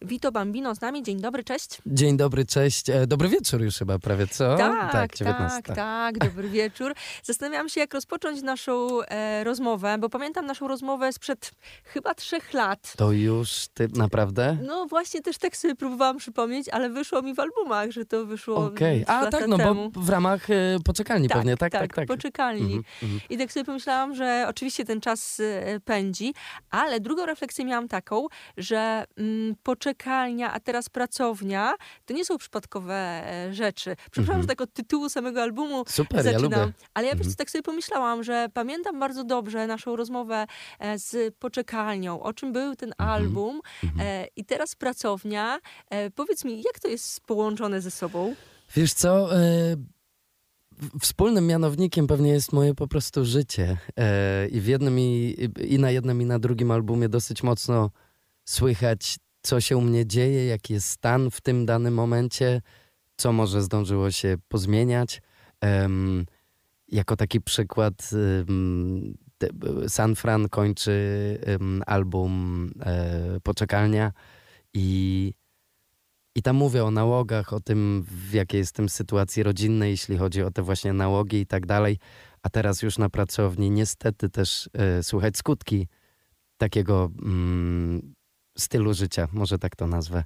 Vito Bambino z nami. Dzień dobry, cześć. Dzień dobry, cześć. Dobry wieczór już chyba prawie, co? Tak, 19. tak, dobry wieczór. Zastanawiałam się, jak rozpocząć naszą rozmowę, bo pamiętam naszą rozmowę sprzed chyba 3 lat. To już ty, naprawdę? No właśnie, też tak sobie próbowałam przypomnieć, ale wyszło mi w albumach, że to wyszło 3 A lata tak, no temu. bo w ramach poczekalni pewnie, tak. Poczekalni. I tak sobie pomyślałam, że oczywiście ten czas pędzi, ale drugą refleksję miałam taką, że poczekalnia, a teraz pracownia, to nie są przypadkowe rzeczy. Przepraszam, że tak od tytułu samego albumu Super, zaczynam. ja lubię. Ale ja po prostu tak sobie pomyślałam, że pamiętam bardzo dobrze naszą rozmowę z poczekalnią, o czym był ten album i teraz pracownia. Powiedz mi, jak to jest połączone ze sobą? Wiesz co, wspólnym mianownikiem pewnie jest moje po prostu życie. I w jednym i na jednym i na drugim albumie dosyć mocno słychać, co się u mnie dzieje, jaki jest stan w tym danym momencie, co może zdążyło się pozmieniać. Jako taki przykład San Fran kończy album Poczekalnia i tam mówię o nałogach, o tym, w jakiej jestem sytuacji rodzinnej, jeśli chodzi o te właśnie nałogi i tak dalej. A teraz już na pracowni niestety też słychać skutki takiego stylu życia, może tak to nazwę.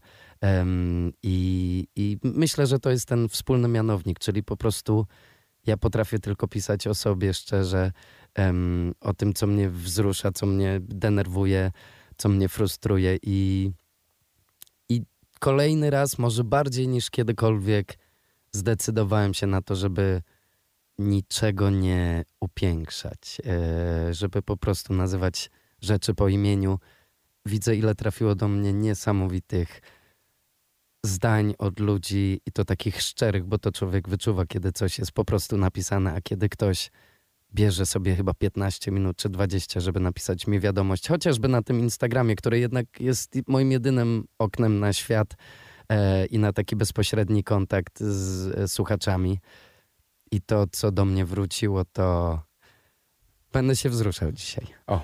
I myślę, że to jest ten wspólny mianownik, czyli po prostu ja potrafię tylko pisać o sobie szczerze, o tym, co mnie wzrusza, co mnie denerwuje, co mnie frustruje i kolejny raz, może bardziej niż kiedykolwiek, zdecydowałem się na to, żeby niczego nie upiększać, żeby po prostu nazywać rzeczy po imieniu. Widzę, ile trafiło do mnie niesamowitych zdań od ludzi i to takich szczerych, bo to człowiek wyczuwa, kiedy coś jest po prostu napisane, a kiedy ktoś bierze sobie chyba 15 minut czy 20, żeby napisać mi wiadomość, chociażby na tym Instagramie, który jednak jest moim jedynym oknem na świat i na taki bezpośredni kontakt z słuchaczami. I to, co do mnie wróciło, to będę się wzruszał dzisiaj. O.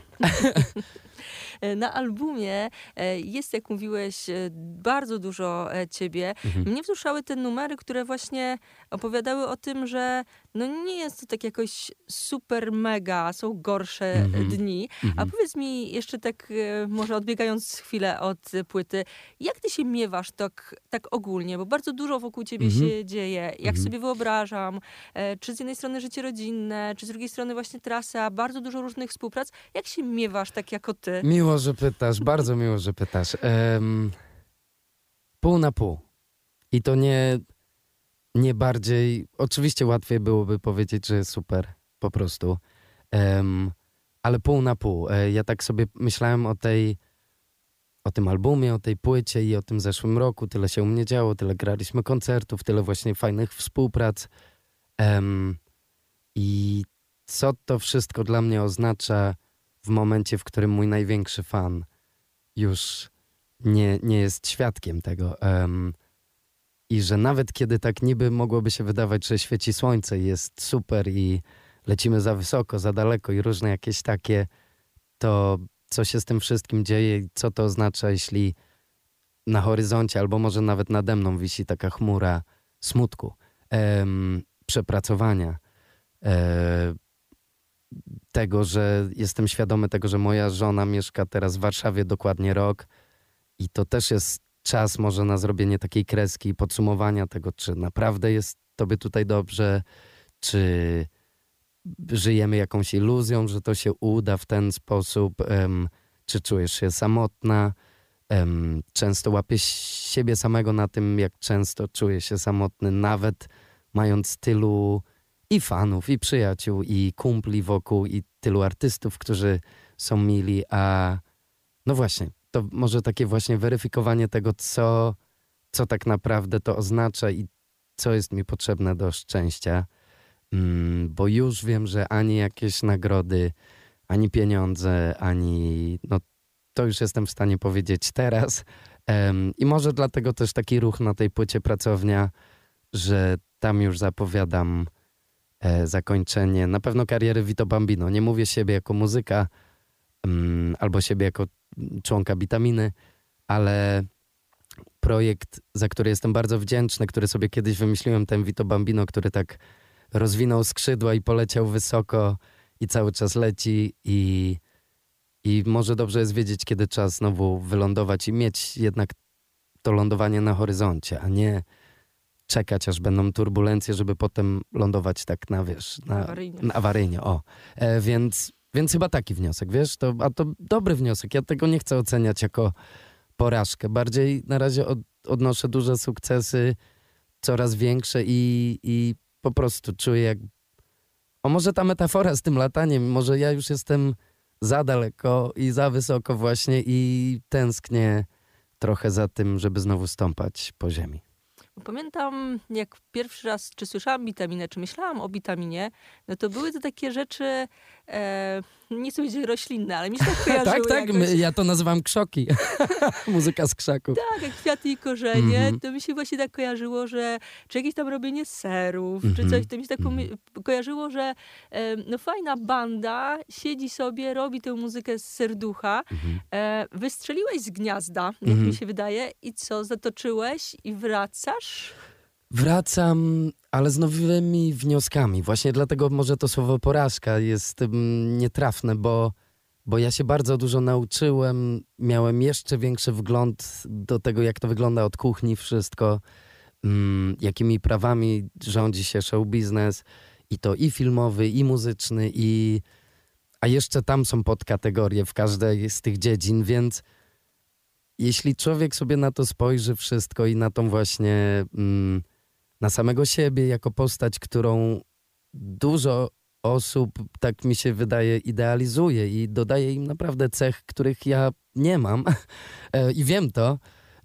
Na albumie jest, jak mówiłeś, bardzo dużo ciebie. Mnie wzruszały te numery, które właśnie opowiadały o tym, że no nie jest to tak jakoś super mega, są gorsze dni. A powiedz mi jeszcze tak, może odbiegając chwilę od płyty, jak ty się miewasz tak ogólnie? Bo bardzo dużo wokół ciebie się dzieje. Jak sobie wyobrażam, czy z jednej strony życie rodzinne, czy z drugiej strony właśnie trasa, bardzo dużo różnych współprac. Jak się miewasz tak jako ty? Miło, że pytasz, bardzo miło, że pytasz. Pół na pół. I to nie bardziej... Oczywiście łatwiej byłoby powiedzieć, że super, po prostu. Ale pół na pół. Ja tak sobie myślałem o tym albumie, o tej płycie i o tym zeszłym roku. Tyle się u mnie działo, tyle graliśmy koncertów, tyle właśnie fajnych współprac. I co to wszystko dla mnie oznacza w momencie, w którym mój największy fan już nie jest świadkiem tego. I że nawet kiedy tak niby mogłoby się wydawać, że świeci słońce i jest super i lecimy za wysoko, za daleko i różne jakieś takie, to co się z tym wszystkim dzieje i co to oznacza, jeśli na horyzoncie albo może nawet nade mną wisi taka chmura smutku, przepracowania, tego, że jestem świadomy tego, że moja żona mieszka teraz w Warszawie dokładnie rok i to też jest czas może na zrobienie takiej kreski i podsumowania tego, czy naprawdę jest tobie tutaj dobrze, czy żyjemy jakąś iluzją, że to się uda w ten sposób, czy czujesz się samotna. Często łapię siebie samego na tym, jak często czuję się samotny, nawet mając tylu i fanów, i przyjaciół, i kumpli wokół, i tylu artystów, którzy są mili, a no właśnie, to może takie właśnie weryfikowanie tego, co tak naprawdę to oznacza i co jest mi potrzebne do szczęścia, bo już wiem, że ani jakieś nagrody, ani pieniądze, ani no to już jestem w stanie powiedzieć teraz i może dlatego też taki ruch na tej płycie Pracownia, że tam już zapowiadam zakończenie na pewno kariery Vito Bambino. Nie mówię siebie jako muzyka albo siebie jako członka Bitaminy, ale projekt, za który jestem bardzo wdzięczny, który sobie kiedyś wymyśliłem, ten Vito Bambino, który tak rozwinął skrzydła i poleciał wysoko i cały czas leci i może dobrze jest wiedzieć, kiedy czas znowu wylądować i mieć jednak to lądowanie na horyzoncie, a nie czekać, aż będą turbulencje, żeby potem lądować tak awaryjnie. Więc chyba taki wniosek, wiesz? A to dobry wniosek. Ja tego nie chcę oceniać jako porażkę. Bardziej na razie odnoszę duże sukcesy, coraz większe i po prostu czuję jak... może ta metafora z tym lataniem, może ja już jestem za daleko i za wysoko właśnie i tęsknię trochę za tym, żeby znowu stąpać po ziemi. Pamiętam, jak pierwszy raz, czy słyszałam witaminę, czy myślałam o witaminie, no to były to takie rzeczy, nie chcę powiedzieć roślinne, ale mi się tak kojarzyły. Tak, ja to nazywam krzoki. Muzyka z krzaków. Tak, jak kwiaty i korzenie, to mi się właśnie tak kojarzyło, że czy jakieś tam robienie serów, czy coś, to mi się tak kojarzyło, że no fajna banda siedzi sobie, robi tę muzykę z serducha. Wystrzeliłeś z gniazda, jak mi się wydaje, i co, zatoczyłeś i wracasz? Wracam, ale z nowymi wnioskami. Właśnie dlatego może to słowo porażka jest nietrafne, bo ja się bardzo dużo nauczyłem. Miałem jeszcze większy wgląd do tego, jak to wygląda od kuchni wszystko, jakimi prawami rządzi się show biznes i to i filmowy, i muzyczny, a jeszcze tam są podkategorie w każdej z tych dziedzin, więc jeśli człowiek sobie na to spojrzy wszystko i na tą właśnie... na samego siebie jako postać, którą dużo osób, tak mi się wydaje, idealizuje i dodaje im naprawdę cech, których ja nie mam i wiem to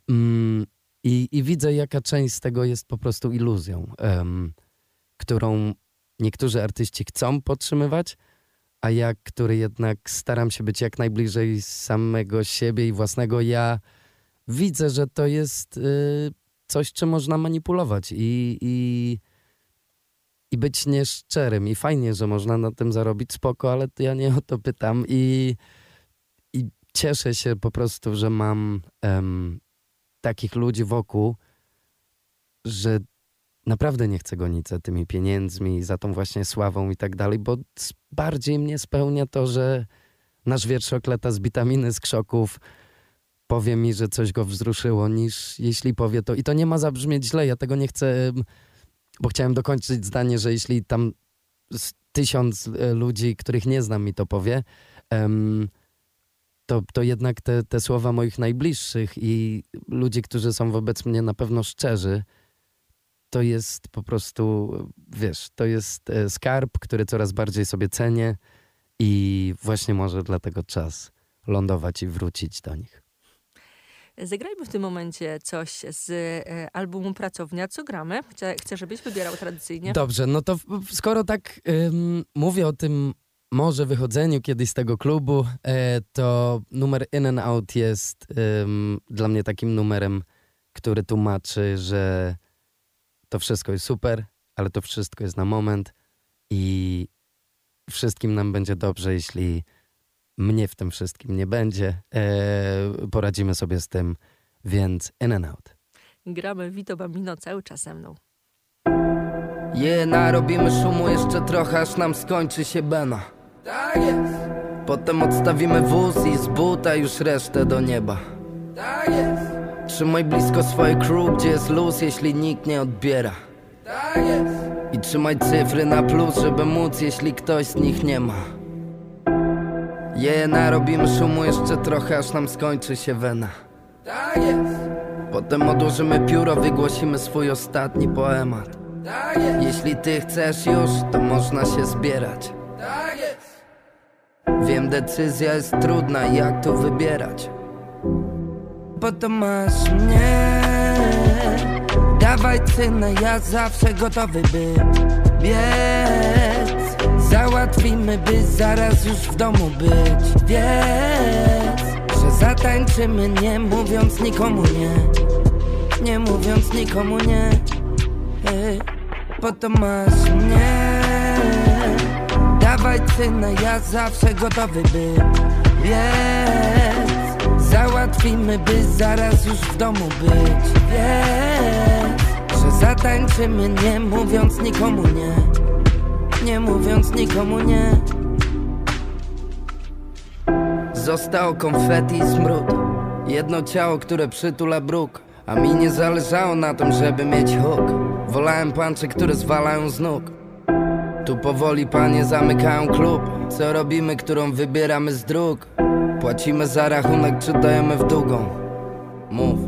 i widzę, jaka część z tego jest po prostu iluzją, którą niektórzy artyści chcą podtrzymywać, a ja, który jednak staram się być jak najbliżej samego siebie i własnego ja, widzę, że to jest... coś, czym można manipulować i być nieszczerym. I fajnie, że można na tym zarobić, spoko, ale ja nie o to pytam. I cieszę się po prostu, że mam takich ludzi wokół, że naprawdę nie chcę gonić za tymi pieniędzmi, za tą właśnie sławą i tak dalej, bo bardziej mnie spełnia to, że nasz wierszokleta z witaminy z krzoków powie mi, że coś go wzruszyło, niż jeśli powie to. I to nie ma zabrzmieć źle, ja tego nie chcę, bo chciałem dokończyć zdanie, że jeśli tam 1000 ludzi, których nie znam, mi to powie, to jednak te słowa moich najbliższych i ludzi, którzy są wobec mnie na pewno szczerzy, to jest po prostu, wiesz, to jest skarb, który coraz bardziej sobie cenię i właśnie może dlatego czas lądować i wrócić do nich. Zagrajmy w tym momencie coś z albumu Pracownia. Co gramy? Chcę, żebyś wybierał tradycyjnie. Dobrze, no to skoro tak mówię o tym może wychodzeniu kiedyś z tego klubu, to numer In and Out jest dla mnie takim numerem, który tłumaczy, że to wszystko jest super, ale to wszystko jest na moment i wszystkim nam będzie dobrze, jeśli mnie w tym wszystkim nie będzie. Poradzimy sobie z tym, więc In and Out. Gramy Vito Bambino cały czas ze mną. Narobimy szumu jeszcze trochę, aż nam skończy się bena. Tak jest. Potem odstawimy wóz i z buta już resztę do nieba. Tak jest. Trzymaj blisko swoje crew, gdzie jest luz, jeśli nikt nie odbiera. Tak jest. I trzymaj cyfry na plus, żeby móc, jeśli ktoś z nich nie ma. Narobimy szumu jeszcze trochę, aż nam skończy się wena. Tak jest. Potem odłożymy pióro, wygłosimy swój ostatni poemat. Tak jest. Jeśli ty chcesz już, to można się zbierać. Tak jest. Wiem, decyzja jest trudna, jak tu wybierać. Bo to masz mnie. Dawaj cynę, ja zawsze gotowy być. Biec. Załatwimy, by zaraz już w domu być. Wiedz, że zatańczymy, nie mówiąc nikomu nie. Nie mówiąc nikomu nie. Bo to masz mnie. Dawaj cynę, ja zawsze gotowy być. Wiedz, Załatwimy, by zaraz już w domu być. Wiesz, że zatańczymy, nie mówiąc nikomu nie. Nie mówiąc nikomu nie. Zostało konfetti i smród. Jedno ciało, które przytula bruk. A mi nie zależało na tym, żeby mieć huk. Wolałem pancze, które zwalają z nóg. Tu powoli panie zamykają klub. Co robimy, którą wybieramy z dróg? Płacimy za rachunek, czy dajemy w długą? Mów.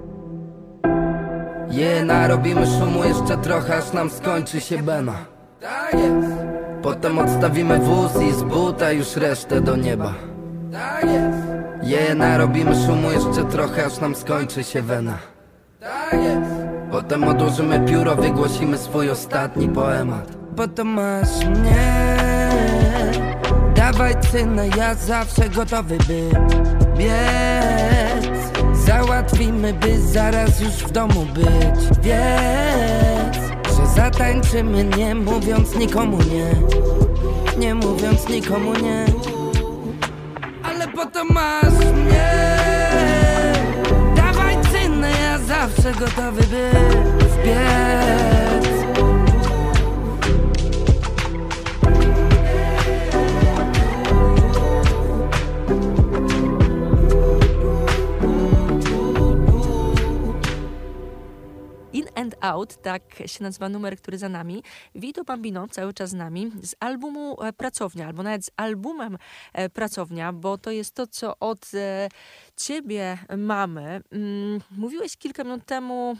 Narobimy szumu jeszcze trochę, aż nam skończy się bena. Tak jest. Potem odstawimy wóz i z buta już resztę do nieba. Tak jest. Narobimy szumu jeszcze trochę, aż nam skończy się wena. Tak jest. Potem odłożymy pióro, wygłosimy swój ostatni poemat. Bo to masz mnie. Dawaj cynę, ja zawsze gotowy by biec. Załatwimy, by zaraz już w domu być. Wiesz, że zatańczymy, nie mówiąc nikomu nie. Nie mówiąc nikomu nie. Ale potem masz mnie. Dawaj cynę, ja zawsze gotowy by biec. In and Out, tak się nazywa numer, który za nami. Vito Bambino cały czas z nami, z albumu Pracownia, albo nawet z albumem Pracownia, bo to jest to, co od ciebie mamy. Mówiłeś kilka minut temu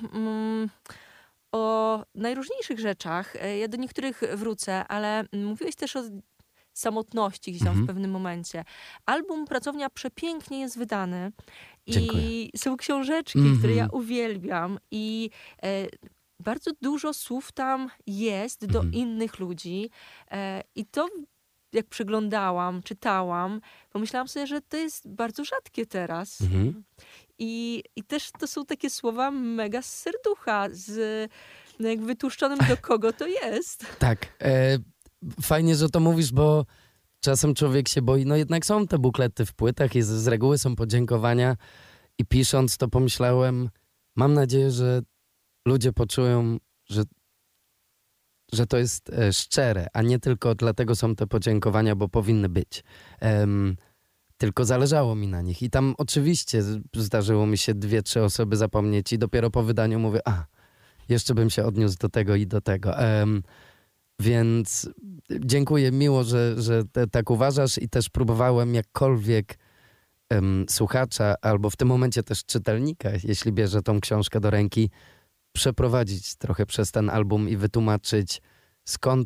o najróżniejszych rzeczach. Ja do niektórych wrócę, ale mówiłeś też o samotności gdzieś tam w pewnym momencie. Album Pracownia przepięknie jest wydany. Dziękuję. I są książeczki, które ja uwielbiam i bardzo dużo słów tam jest do innych ludzi i to jak przeglądałam, czytałam, pomyślałam sobie, że to jest bardzo rzadkie teraz. I też to są takie słowa mega z serducha, z no jak wytłuszczonym do kogo to jest. Tak. Fajnie, że to mówisz, bo czasem człowiek się boi. No jednak są te buklety w płytach i z reguły są podziękowania. I pisząc to pomyślałem, mam nadzieję, że ludzie poczują, że to jest szczere, a nie tylko dlatego są te podziękowania, bo powinny być. Tylko zależało mi na nich. I tam oczywiście zdarzyło mi się 2-3 osoby zapomnieć i dopiero po wydaniu mówię, jeszcze bym się odniósł do tego i do tego. Więc dziękuję, miło, że tak uważasz i też próbowałem jakkolwiek słuchacza, albo w tym momencie też czytelnika, jeśli bierze tą książkę do ręki, przeprowadzić trochę przez ten album i wytłumaczyć, skąd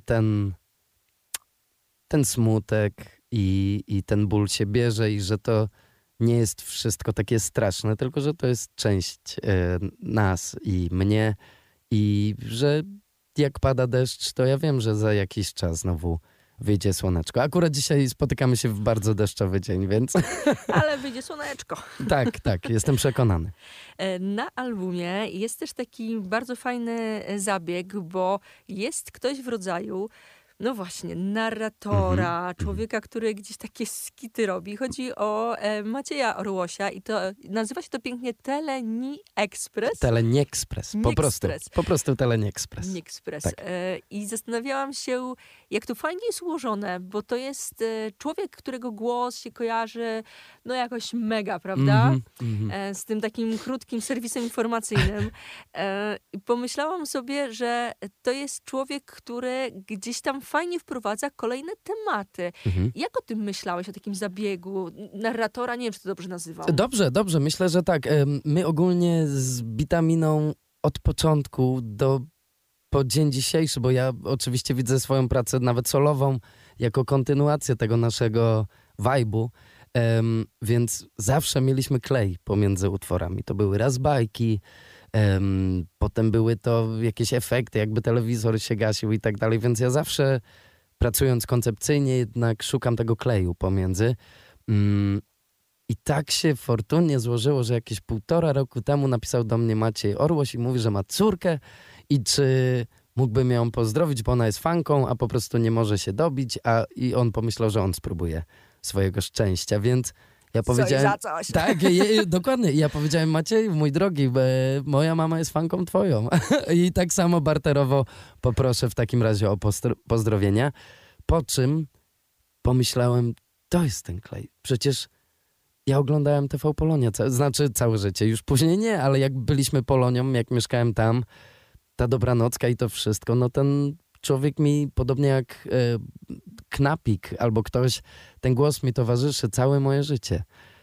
ten smutek i ten ból się bierze i że to nie jest wszystko takie straszne, tylko że to jest część nas i mnie i że jak pada deszcz, to ja wiem, że za jakiś czas znowu wyjdzie słoneczko. Akurat dzisiaj spotykamy się w bardzo deszczowy dzień, więc... Ale wyjdzie słoneczko. Tak, jestem przekonany. Na albumie jest też taki bardzo fajny zabieg, bo jest ktoś w rodzaju, no właśnie, narratora, człowieka, który gdzieś takie skity robi. Chodzi o Macieja Orłosia i to nazywa się to pięknie Teleniexpress. Teleniexpress, po prostu Teleniexpress. Niexpress. Tak. I zastanawiałam się, jak to fajnie jest ułożone, bo to jest człowiek, którego głos się kojarzy no jakoś mega, prawda? Z tym takim krótkim serwisem informacyjnym. I pomyślałam sobie, że to jest człowiek, który gdzieś tam fajnie wprowadza kolejne tematy. Jak o tym myślałeś, o takim zabiegu narratora? Nie wiem, czy to dobrze nazywam. Dobrze. Myślę, że tak. My ogólnie z Bitaminą od początku po dzień dzisiejszy, bo ja oczywiście widzę swoją pracę nawet solową jako kontynuację tego naszego vibe'u, więc zawsze mieliśmy klej pomiędzy utworami. To były raz bajki, potem były to jakieś efekty, jakby telewizor się gasił i tak dalej, więc ja zawsze pracując koncepcyjnie jednak szukam tego kleju pomiędzy. I tak się fortunnie złożyło, że jakieś 1,5 roku temu napisał do mnie Maciej Orłoś i mówi, że ma córkę i czy mógłbym ją pozdrowić, bo ona jest fanką, a po prostu nie może się dobić, i on pomyślał, że on spróbuje swojego szczęścia, więc Ja powiedziałem, coś za coś. Tak, dokładnie. Ja powiedziałem, Maciej, mój drogi, moja mama jest fanką twoją. I tak samo barterowo poproszę w takim razie o pozdrowienia. Po czym pomyślałem, to jest ten klej. Przecież ja oglądałem TV Polonia, całe życie. Już później nie, ale jak byliśmy Polonią, jak mieszkałem tam, ta dobranocka i to wszystko, no ten człowiek mi, podobnie jak Knapik albo ktoś, ten głos mi towarzyszy całe moje życie.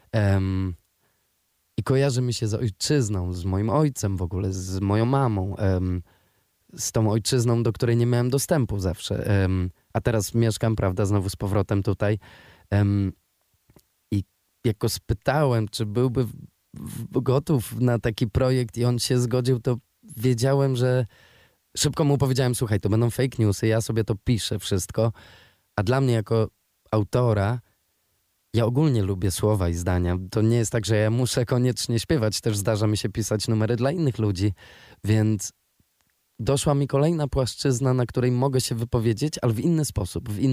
I kojarzy mi się z ojczyzną, z moim ojcem w ogóle, z moją mamą, z tą ojczyzną, do której nie miałem dostępu zawsze. A teraz mieszkam, prawda, znowu z powrotem tutaj. I jak go spytałem, czy byłby gotów na taki projekt i on się zgodził, to wiedziałem, że szybko mu powiedziałem, słuchaj, to będą fake newsy, ja sobie to piszę wszystko, a dla mnie jako autora, ja ogólnie lubię słowa i zdania. To nie jest tak, że ja muszę koniecznie śpiewać, też zdarza mi się pisać numery dla innych ludzi, więc doszła mi kolejna płaszczyzna, na której mogę się wypowiedzieć, ale w inny sposób, w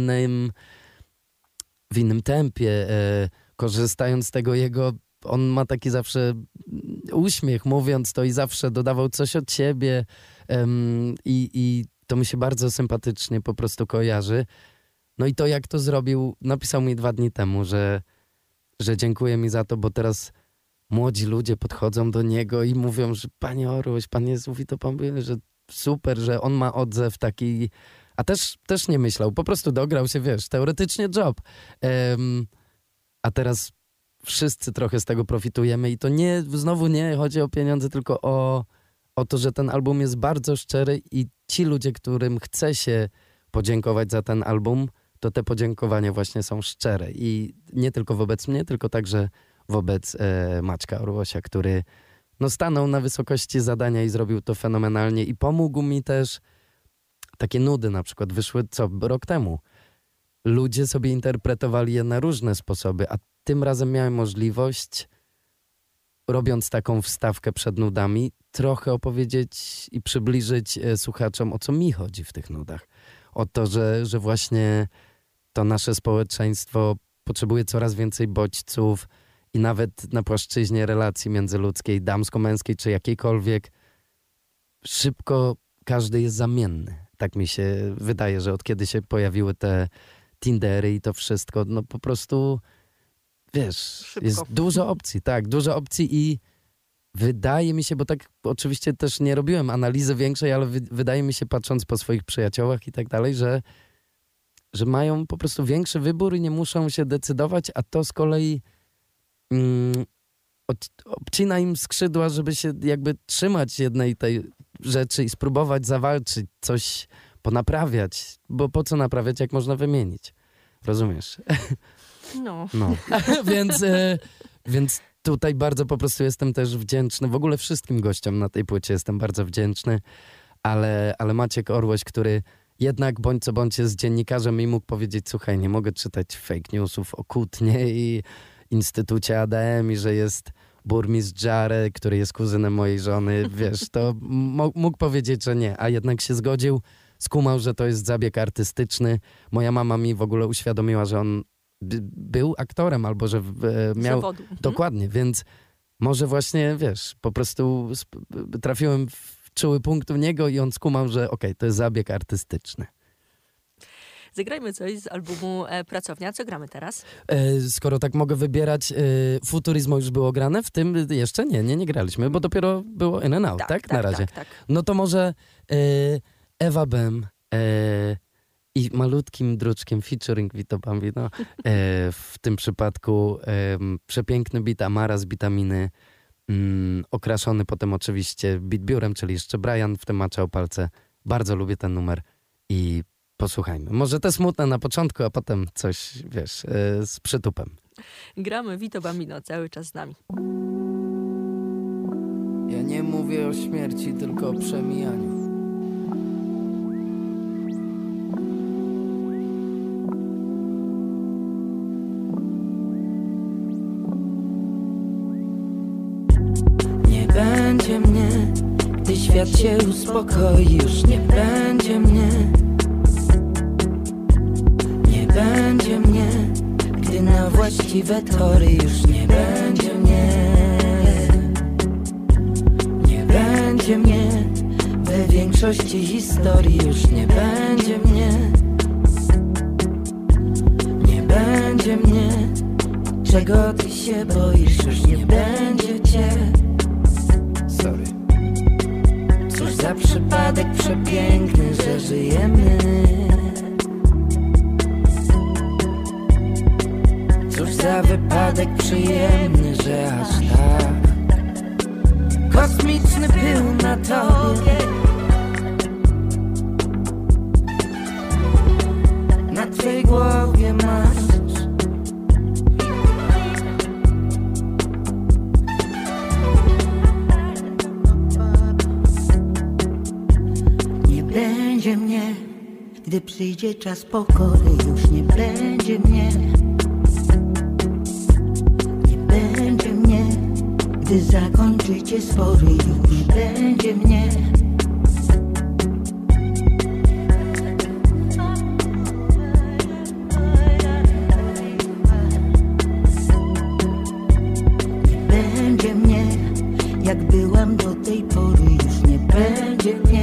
innym tempie, korzystając z tego jego, on ma taki zawsze uśmiech mówiąc to i zawsze dodawał coś od siebie i to mi się bardzo sympatycznie po prostu kojarzy. No i to jak to zrobił, napisał mi 2 dni temu, że dziękuję mi za to, bo teraz młodzi ludzie podchodzą do niego i mówią, że panie Orłoś, pan Jezus, i to pan mówi, że super, że on ma odzew taki, a też nie myślał, po prostu dograł się, wiesz, teoretycznie job. A teraz wszyscy trochę z tego profitujemy i to znowu nie chodzi o pieniądze, tylko o to, że ten album jest bardzo szczery i ci ludzie, którym chce się podziękować za ten album, to te podziękowania właśnie są szczere i nie tylko wobec mnie, tylko także wobec Maćka Orłosia, który stanął na wysokości zadania i zrobił to fenomenalnie i pomógł mi też. Takie nudy na przykład wyszły rok temu. Ludzie sobie interpretowali je na różne sposoby, a tym razem miałem możliwość, robiąc taką wstawkę przed nudami, trochę opowiedzieć i przybliżyć słuchaczom, o co mi chodzi w tych nudach. O to, że właśnie to nasze społeczeństwo potrzebuje coraz więcej bodźców i nawet na płaszczyźnie relacji międzyludzkiej, damsko-męskiej czy jakiejkolwiek, szybko każdy jest zamienny. Tak mi się wydaje, że od kiedy się pojawiły te Tindery i to wszystko, po prostu, wiesz, Szybko. jest dużo opcji, tak, dużo opcji i wydaje mi się, bo tak oczywiście też nie robiłem analizy większej, ale wydaje mi się, patrząc po swoich przyjaciołach i tak dalej, że mają po prostu większy wybór i nie muszą się decydować, a to z kolei obcina im skrzydła, żeby się jakby trzymać jednej tej rzeczy i spróbować zawalczyć, coś ponaprawiać, bo po co naprawiać, jak można wymienić? Rozumiesz? No. Więc tutaj bardzo po prostu jestem też wdzięczny, w ogóle wszystkim gościom na tej płycie jestem bardzo wdzięczny, ale Maciek Orłoś, który jednak bądź co bądź jest dziennikarzem i mógł powiedzieć, słuchaj, nie mogę czytać fake newsów o Kutnie i Instytucie ADM i że jest burmistrz Dżary, który jest kuzynem mojej żony, wiesz, to mógł powiedzieć, że nie, a jednak się zgodził, skumał, że to jest zabieg artystyczny. Moja mama mi w ogóle uświadomiła, że on był aktorem albo że miał... Zawodu. Dokładnie, więc może właśnie, wiesz, po prostu trafiłem w czuły punkt u niego i on skumał, że okej, to jest zabieg artystyczny. Zagrajmy coś z albumu Pracownia. Co gramy teraz? Skoro tak mogę wybierać, Futurizmo już było grane, w tym jeszcze nie graliśmy, bo dopiero było In and Out, tak? Na razie. Tak. No to może Ewa Bem i malutkim druczkiem featuring Vito Bambino. W tym przypadku przepiękny beat Amara z Bitaminy, okraszony potem oczywiście beatbiurem, czyli jeszcze Brian w tym maczał palce. Bardzo lubię ten numer i posłuchajmy. Może te smutne na początku, a potem coś, wiesz, z przytupem. Gramy Vito Bambino cały czas z nami. Ja nie mówię o śmierci, tylko o przemijaniu. Nie będzie mnie, gdy świat się uspokoi. Już nie będzie mnie. Nie będzie mnie, gdy wejdzie na właściwe tory. Już nie będzie mnie, nie będzie mnie. We większości historii już nie będzie mnie, nie będzie mnie. Czego ty się boisz? Już nie będzie cię. Sorry. Cóż za przypadek przepiękny, że żyjemy. Cóż za wypadek przyjemny, że aż tak kosmiczny był na tobie. Na twej głowie masz nie będzie mnie, gdy przyjdzie czas pokory. Już nie będzie mnie, nie będzie mnie, gdy zakończycie spory. Już nie będzie mnie. Będzie mnie, jak byłam do tej pory. Już nie będzie mnie.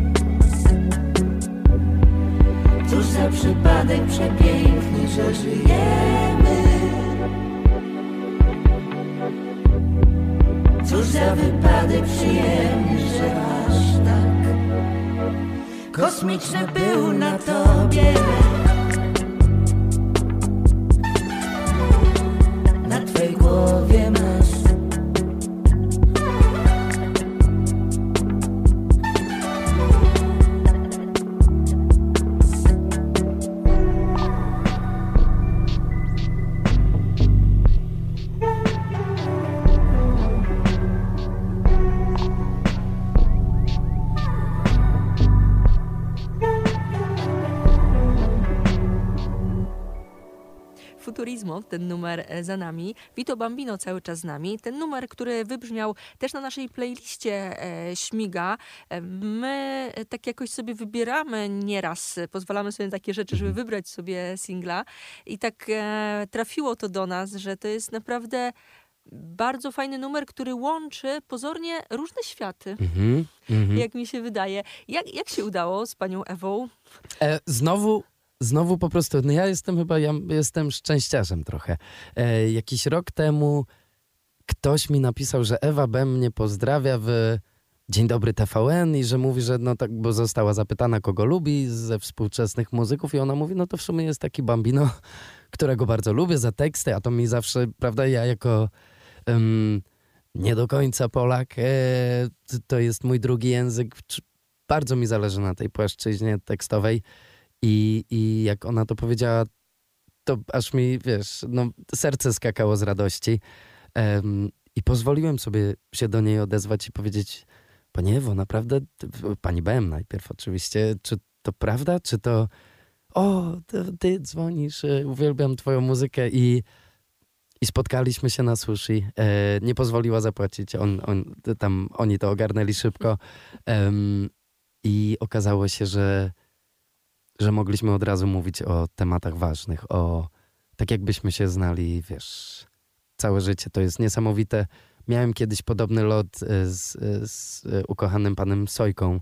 Cóż za przypadek przepiękny, że żyjemy. Cóż za wypadek przyjemny, że aż tak kosmiczny był na tobie. Na twej głowie masz Futurismo, ten numer za nami. Vito Bambino cały czas z nami. Ten numer, który wybrzmiał też na naszej playliście Śmiga. My tak jakoś sobie wybieramy nieraz, pozwalamy sobie na takie rzeczy, żeby wybrać sobie singla. I tak trafiło to do nas, że to jest naprawdę bardzo fajny numer, który łączy pozornie różne światy. Jak mi się wydaje. Jak się udało z panią Ewą? Znowu po prostu, no ja jestem szczęściarzem trochę. Jakiś rok temu ktoś mi napisał, że Ewa B. mnie pozdrawia w Dzień Dobry TVN i że mówi, że no tak, bo została zapytana, kogo lubi ze współczesnych muzyków i ona mówi, no to w sumie jest taki Bambino, którego bardzo lubię za teksty, a to mi zawsze, prawda, ja jako nie do końca Polak, to jest mój drugi język, bardzo mi zależy na tej płaszczyźnie tekstowej. I jak ona to powiedziała, to aż mi, wiesz, no, serce skakało z radości. I pozwoliłem sobie się do niej odezwać i powiedzieć, pani Ewo, naprawdę, pani BM najpierw oczywiście, czy to prawda, czy to, ty dzwonisz, uwielbiam twoją muzykę i spotkaliśmy się na sushi. Nie pozwoliła zapłacić, oni to ogarnęli szybko. I okazało się, że mogliśmy od razu mówić o tematach ważnych, tak jakbyśmy się znali, wiesz, całe życie. To jest niesamowite. Miałem kiedyś podobny lot z ukochanym panem Sojką.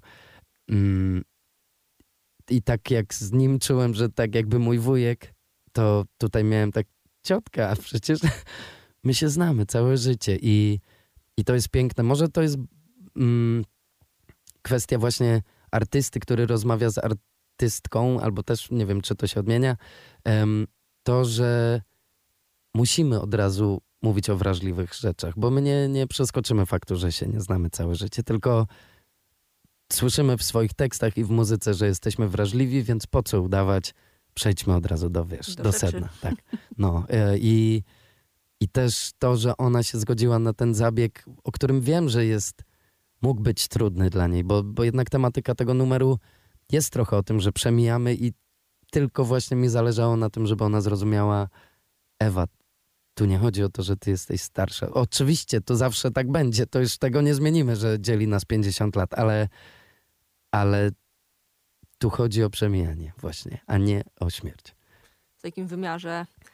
I tak jak z nim czułem, że tak jakby mój wujek, to tutaj miałem tak ciotka, a przecież my się znamy całe życie. I to jest piękne. Może to jest kwestia właśnie artysty, który rozmawia z artystką, albo też, nie wiem, czy to się odmienia, to, że musimy od razu mówić o wrażliwych rzeczach, bo my nie przeskoczymy faktu, że się nie znamy całe życie, tylko słyszymy w swoich tekstach i w muzyce, że jesteśmy wrażliwi, więc po co udawać? Przejdźmy od razu do sedna. Tak. No, i też to, że ona się zgodziła na ten zabieg, o którym wiem, że mógł być trudny dla niej, bo jednak tematyka tego numeru jest trochę o tym, że przemijamy i tylko właśnie mi zależało na tym, żeby ona zrozumiała, Ewa, tu nie chodzi o to, że ty jesteś starsza. Oczywiście, to zawsze tak będzie, to już tego nie zmienimy, że dzieli nas 50 lat, ale tu chodzi o przemijanie właśnie, a nie o śmierć. W takim wymiarze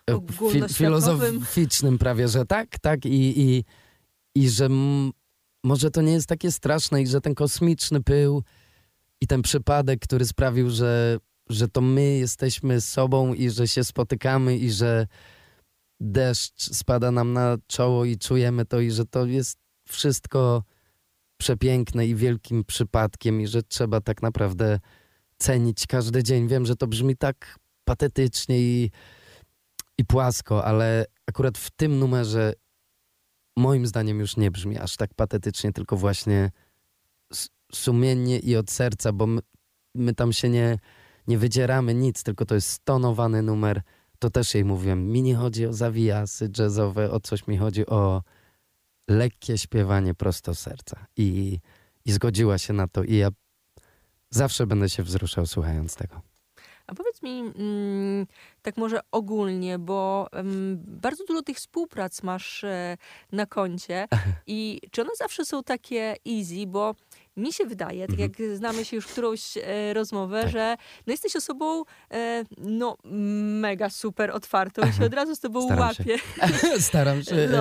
ogólnoświatowym. Filozoficznym prawie, że tak i że może to nie jest takie straszne i że ten kosmiczny pył i ten przypadek, który sprawił, że to my jesteśmy sobą i że się spotykamy i że deszcz spada nam na czoło i czujemy to i że to jest wszystko przepiękne i wielkim przypadkiem i że trzeba tak naprawdę cenić każdy dzień. Wiem, że to brzmi tak patetycznie i płasko, ale akurat w tym numerze moim zdaniem już nie brzmi aż tak patetycznie, tylko właśnie sumiennie i od serca, bo my tam się nie wydzieramy nic, tylko to jest stonowany numer. To też jej mówiłem. Mi nie chodzi o zawijasy jazzowe, o coś mi chodzi o lekkie śpiewanie prosto z serca. I zgodziła się na to i ja zawsze będę się wzruszał słuchając tego. A powiedz mi tak może ogólnie, bo bardzo dużo tych współprac masz na koncie i czy one zawsze są takie easy, bo mi się wydaje, tak jak znamy się już którąś rozmowę, Tak. że no jesteś osobą no mega super otwartą i się od razu z tobą Staram się. łapie. Staram się.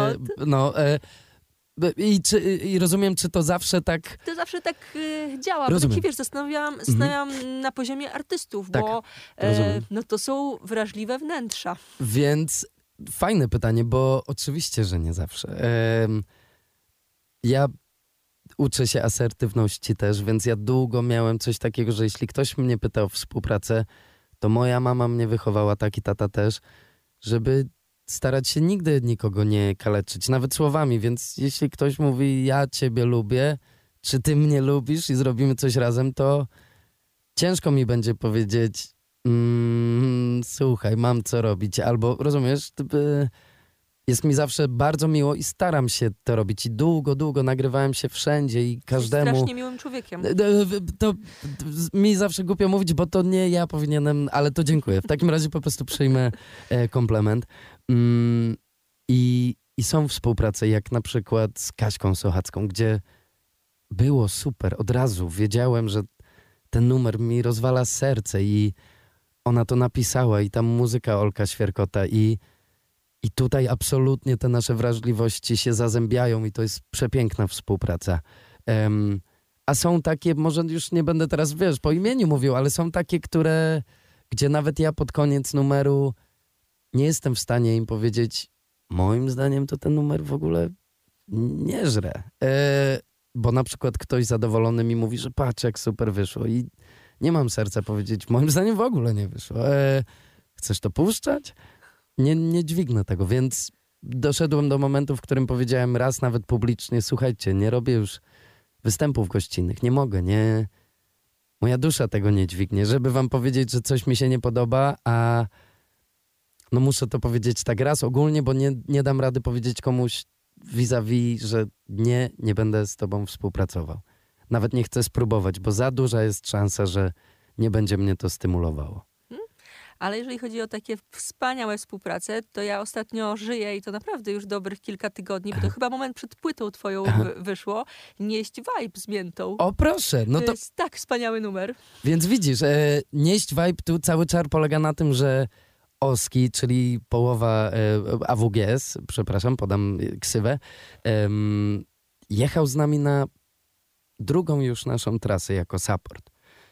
I rozumiem, czy to zawsze tak... To zawsze tak działa, bo Rozumiem. taki, wiesz, zastanawiam na poziomie artystów, Tak, bo rozumiem. no to są wrażliwe wnętrza. Więc fajne pytanie, bo oczywiście, że nie zawsze. Ja uczę się asertywności też, więc ja długo miałem coś takiego, że jeśli ktoś mnie pytał o współpracę, to moja mama mnie wychowała, tak i tata też, żeby starać się nigdy nikogo nie kaleczyć, nawet słowami, więc jeśli ktoś mówi, ja ciebie lubię, czy ty mnie lubisz i zrobimy coś razem, to ciężko mi będzie powiedzieć, słuchaj, mam co robić, albo rozumiesz, jest mi zawsze bardzo miło i staram się to robić i długo nagrywałem się wszędzie i każdemu... Jesteś strasznie miłym człowiekiem. To mi zawsze głupio mówić, bo to nie ja powinienem, ale to dziękuję. W takim razie po prostu przyjmę komplement. I są współprace, jak na przykład z Kaśką Sochacką, gdzie było super. Od razu wiedziałem, że ten numer mi rozwala serce i ona to napisała i tam muzyka Olka Świerkota i tutaj absolutnie te nasze wrażliwości się zazębiają i to jest przepiękna współpraca. A są takie, może już nie będę teraz, wiesz, po imieniu mówił, ale są takie, gdzie nawet ja pod koniec numeru nie jestem w stanie im powiedzieć, moim zdaniem to ten numer w ogóle nie żre. Bo na przykład ktoś zadowolony mi mówi, że patrz jak super wyszło i nie mam serca powiedzieć, moim zdaniem w ogóle nie wyszło. Chcesz to puszczać? Nie dźwignę tego, więc doszedłem do momentu, w którym powiedziałem raz nawet publicznie, słuchajcie, nie robię już występów gościnnych, nie mogę, moja dusza tego nie dźwignie, żeby wam powiedzieć, że coś mi się nie podoba, a no muszę to powiedzieć tak raz ogólnie, bo nie dam rady powiedzieć komuś vis-a-vis, że nie będę z tobą współpracował. Nawet nie chcę spróbować, bo za duża jest szansa, że nie będzie mnie to stymulowało. Ale jeżeli chodzi o takie wspaniałe współprace, to ja ostatnio żyję i to naprawdę już dobrych kilka tygodni, bo to chyba moment przed płytą twoją wyszło, Nieść Vibe z Miętą. O proszę, no to jest tak wspaniały numer. Więc widzisz, Nieść Vibe, tu cały czar polega na tym, że Oski, czyli połowa AWGS, przepraszam, podam ksywę, jechał z nami na drugą już naszą trasę jako support.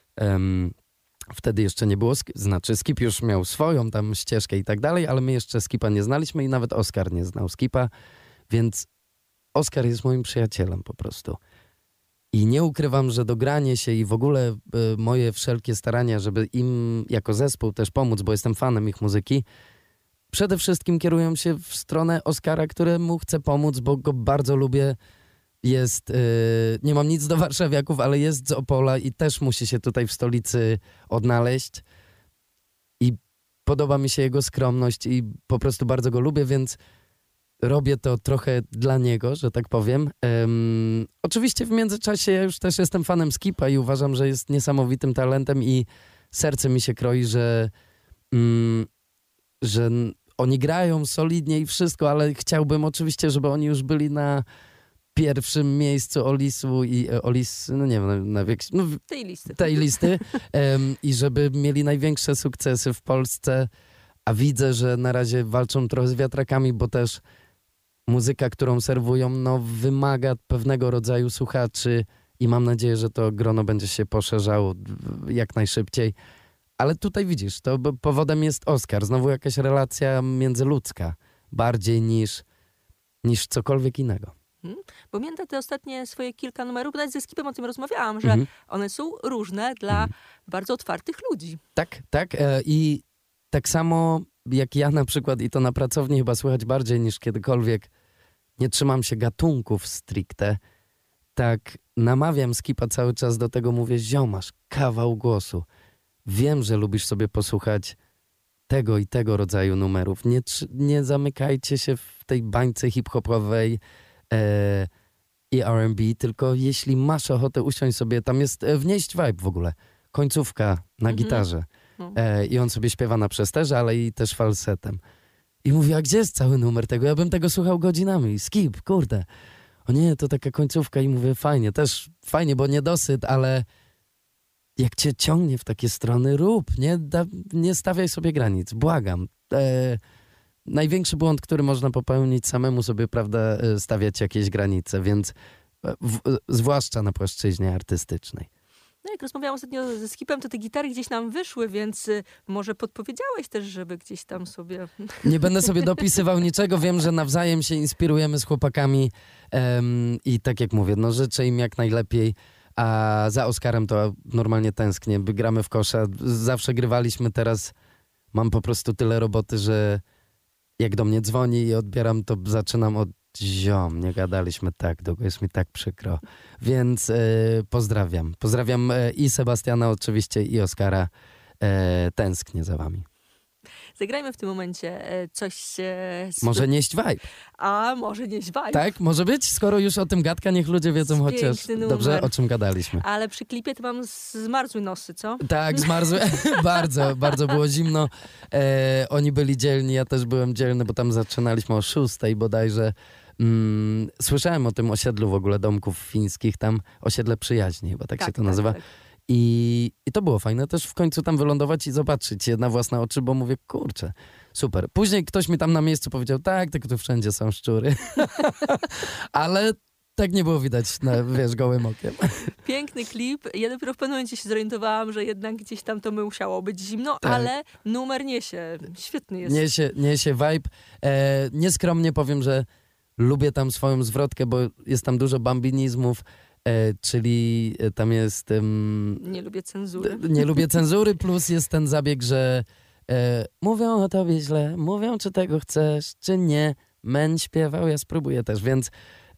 Wtedy jeszcze nie było, znaczy Skip już miał swoją tam ścieżkę i tak dalej, ale my jeszcze Skipa nie znaliśmy i nawet Oskar nie znał Skipa, więc Oskar jest moim przyjacielem po prostu. I nie ukrywam, że dogranie się i w ogóle moje wszelkie starania, żeby im jako zespół też pomóc, bo jestem fanem ich muzyki, przede wszystkim kierują się w stronę Oskara, któremu chcę pomóc, bo go bardzo lubię. Jest, nie mam nic do warszawiaków, ale jest z Opola i też musi się tutaj w stolicy odnaleźć. I podoba mi się jego skromność i po prostu bardzo go lubię, więc robię to trochę dla niego, że tak powiem. Oczywiście w międzyczasie ja już też jestem fanem Skipa i uważam, że jest niesamowitym talentem i serce mi się kroi, że oni grają solidnie i wszystko, ale chciałbym oczywiście, żeby oni już byli na pierwszym miejscu Olisu i Olis, no nie wiem, tej listy. I żeby mieli największe sukcesy w Polsce, a widzę, że na razie walczą trochę z wiatrakami, bo też muzyka, którą serwują, no wymaga pewnego rodzaju słuchaczy i mam nadzieję, że to grono będzie się poszerzało jak najszybciej. Ale tutaj widzisz, to powodem jest Oskar. Znowu jakaś relacja międzyludzka. Bardziej niż cokolwiek innego. Pamiętam te ostatnie swoje kilka numerów, nawet ze Skipem o tym rozmawiałam, że one są różne dla bardzo otwartych ludzi. Tak. I tak samo jak ja na przykład, i to na pracowni chyba słychać bardziej niż kiedykolwiek, nie trzymam się gatunków stricte, tak namawiam Skipa cały czas do tego, mówię, ziomasz, kawał głosu. Wiem, że lubisz sobie posłuchać tego i tego rodzaju numerów. Nie zamykajcie się w tej bańce hip-hopowej i R&B, tylko jeśli masz ochotę usiąść sobie, tam jest wnieść vibe w ogóle. Końcówka na gitarze. I on sobie śpiewa na przesterze, ale i też falsetem. I mówi, a gdzie jest cały numer tego? Ja bym tego słuchał godzinami. Skip, kurde. O nie, to taka końcówka i mówię, fajnie, też fajnie, bo niedosyt, ale jak cię ciągnie w takie strony, rób, nie stawiaj sobie granic, błagam. Największy błąd, który można popełnić, samemu sobie, prawda, stawiać jakieś granice, więc zwłaszcza na płaszczyźnie artystycznej. No jak rozmawiałam ostatnio ze Skipem, to te gitary gdzieś nam wyszły, więc może podpowiedziałeś też, żeby gdzieś tam sobie... Nie będę sobie dopisywał niczego, wiem, że nawzajem się inspirujemy z chłopakami i tak jak mówię, no życzę im jak najlepiej, a za Oskarem to normalnie tęsknię, gramy w kosza, zawsze grywaliśmy, teraz mam po prostu tyle roboty, że jak do mnie dzwoni i odbieram, to zaczynam od ziom, nie gadaliśmy tak długo, jest mi tak przykro. Więc pozdrawiam. Pozdrawiam i Sebastiana oczywiście, i Oskara. Tęsknię za wami. Zagrajmy w tym momencie coś... Może nieść vibe. A, może nieść vibe. Tak, może być? Skoro już o tym gadka, niech ludzie wiedzą chociaż dobrze, o czym gadaliśmy. Ale przy klipie to mam zmarzły nosy, co? Tak, zmarzły. Bardzo, bardzo było zimno. Oni byli dzielni, ja też byłem dzielny, bo tam zaczynaliśmy o 6:00 bodajże. Słyszałem o tym osiedlu w ogóle domków fińskich, tam osiedle przyjaźni chyba tak się to nazywa. Tak. I to było fajne też w końcu tam wylądować i zobaczyć je na własne oczy, bo mówię, kurczę, super. Później ktoś mi tam na miejscu powiedział, tak, tylko tu wszędzie są szczury. Ale tak nie było widać, gołym okiem. Piękny klip. Ja dopiero w pewnym momencie się zorientowałam, że jednak gdzieś tam to musiało być zimno, tak. Ale numer niesie. Świetny jest. Niesie vibe. Nieskromnie powiem, że lubię tam swoją zwrotkę, bo jest tam dużo bambinizmów, czyli tam jest... nie lubię cenzury. Nie lubię cenzury, plus jest ten zabieg, że mówią o tobie źle, mówią, czy tego chcesz, czy nie. Men śpiewał, ja spróbuję też, więc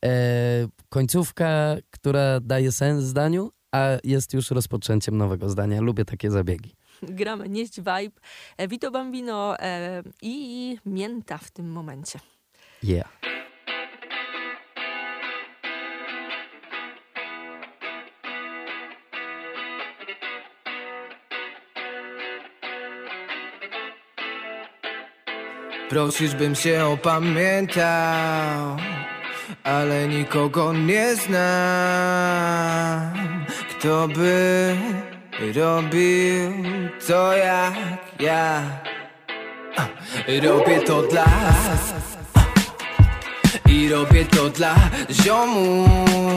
końcówka, która daje sens zdaniu, a jest już rozpoczęciem nowego zdania. Lubię takie zabiegi. Gramy Nieść Vibe, Vito Bambino i Mięta w tym momencie. Yeah. Prosisz, bym się opamiętał, ale nikogo nie znam, kto by robił to jak ja. Robię to dla i robię to dla ziomu.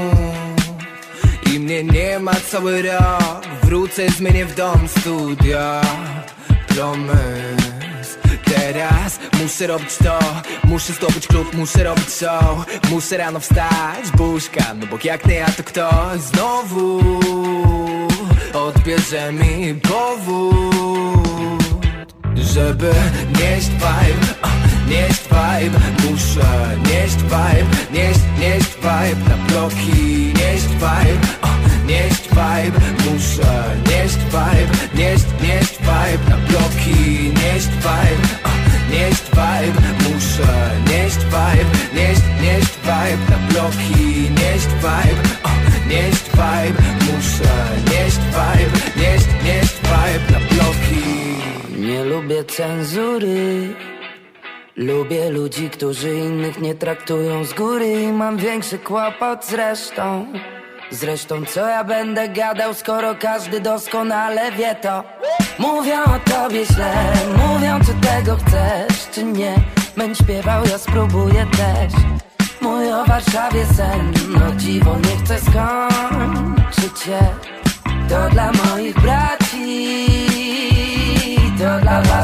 I mnie nie ma cały rok, wrócę, zmienię w dom studia. Promys. Teraz muszę robić to, muszę zdobyć klub, muszę robić show. Muszę rano wstać, buźka, no bo jak nie ja to ktoś znowu odbierze mi powód, żeby nieść vibe, nieść vibe. Muszę nieść vibe, nieść vibe na bloki, nieść vibe, nieść vibe. Muszę nieść vibe, nieść vibe na bloki, nieść vibe, nieść vibe. Muszę nieść vibe, nieść vibe na bloki, nieść vibe, nieść vibe. Muszę nieść vibe, nieść vibe na bloki. Nie lubię cenzury, lubię ludzi, którzy innych nie traktują z góry. Mam większy kłopot zresztą, co ja będę gadał, skoro każdy doskonale wie to. Mówią o tobie źle, mówią czy tego chcesz, czy nie. Będę śpiewał, ja spróbuję też. Mój o Warszawie sen, no dziwo nie chcę skończyć się. To dla moich braci, to dla was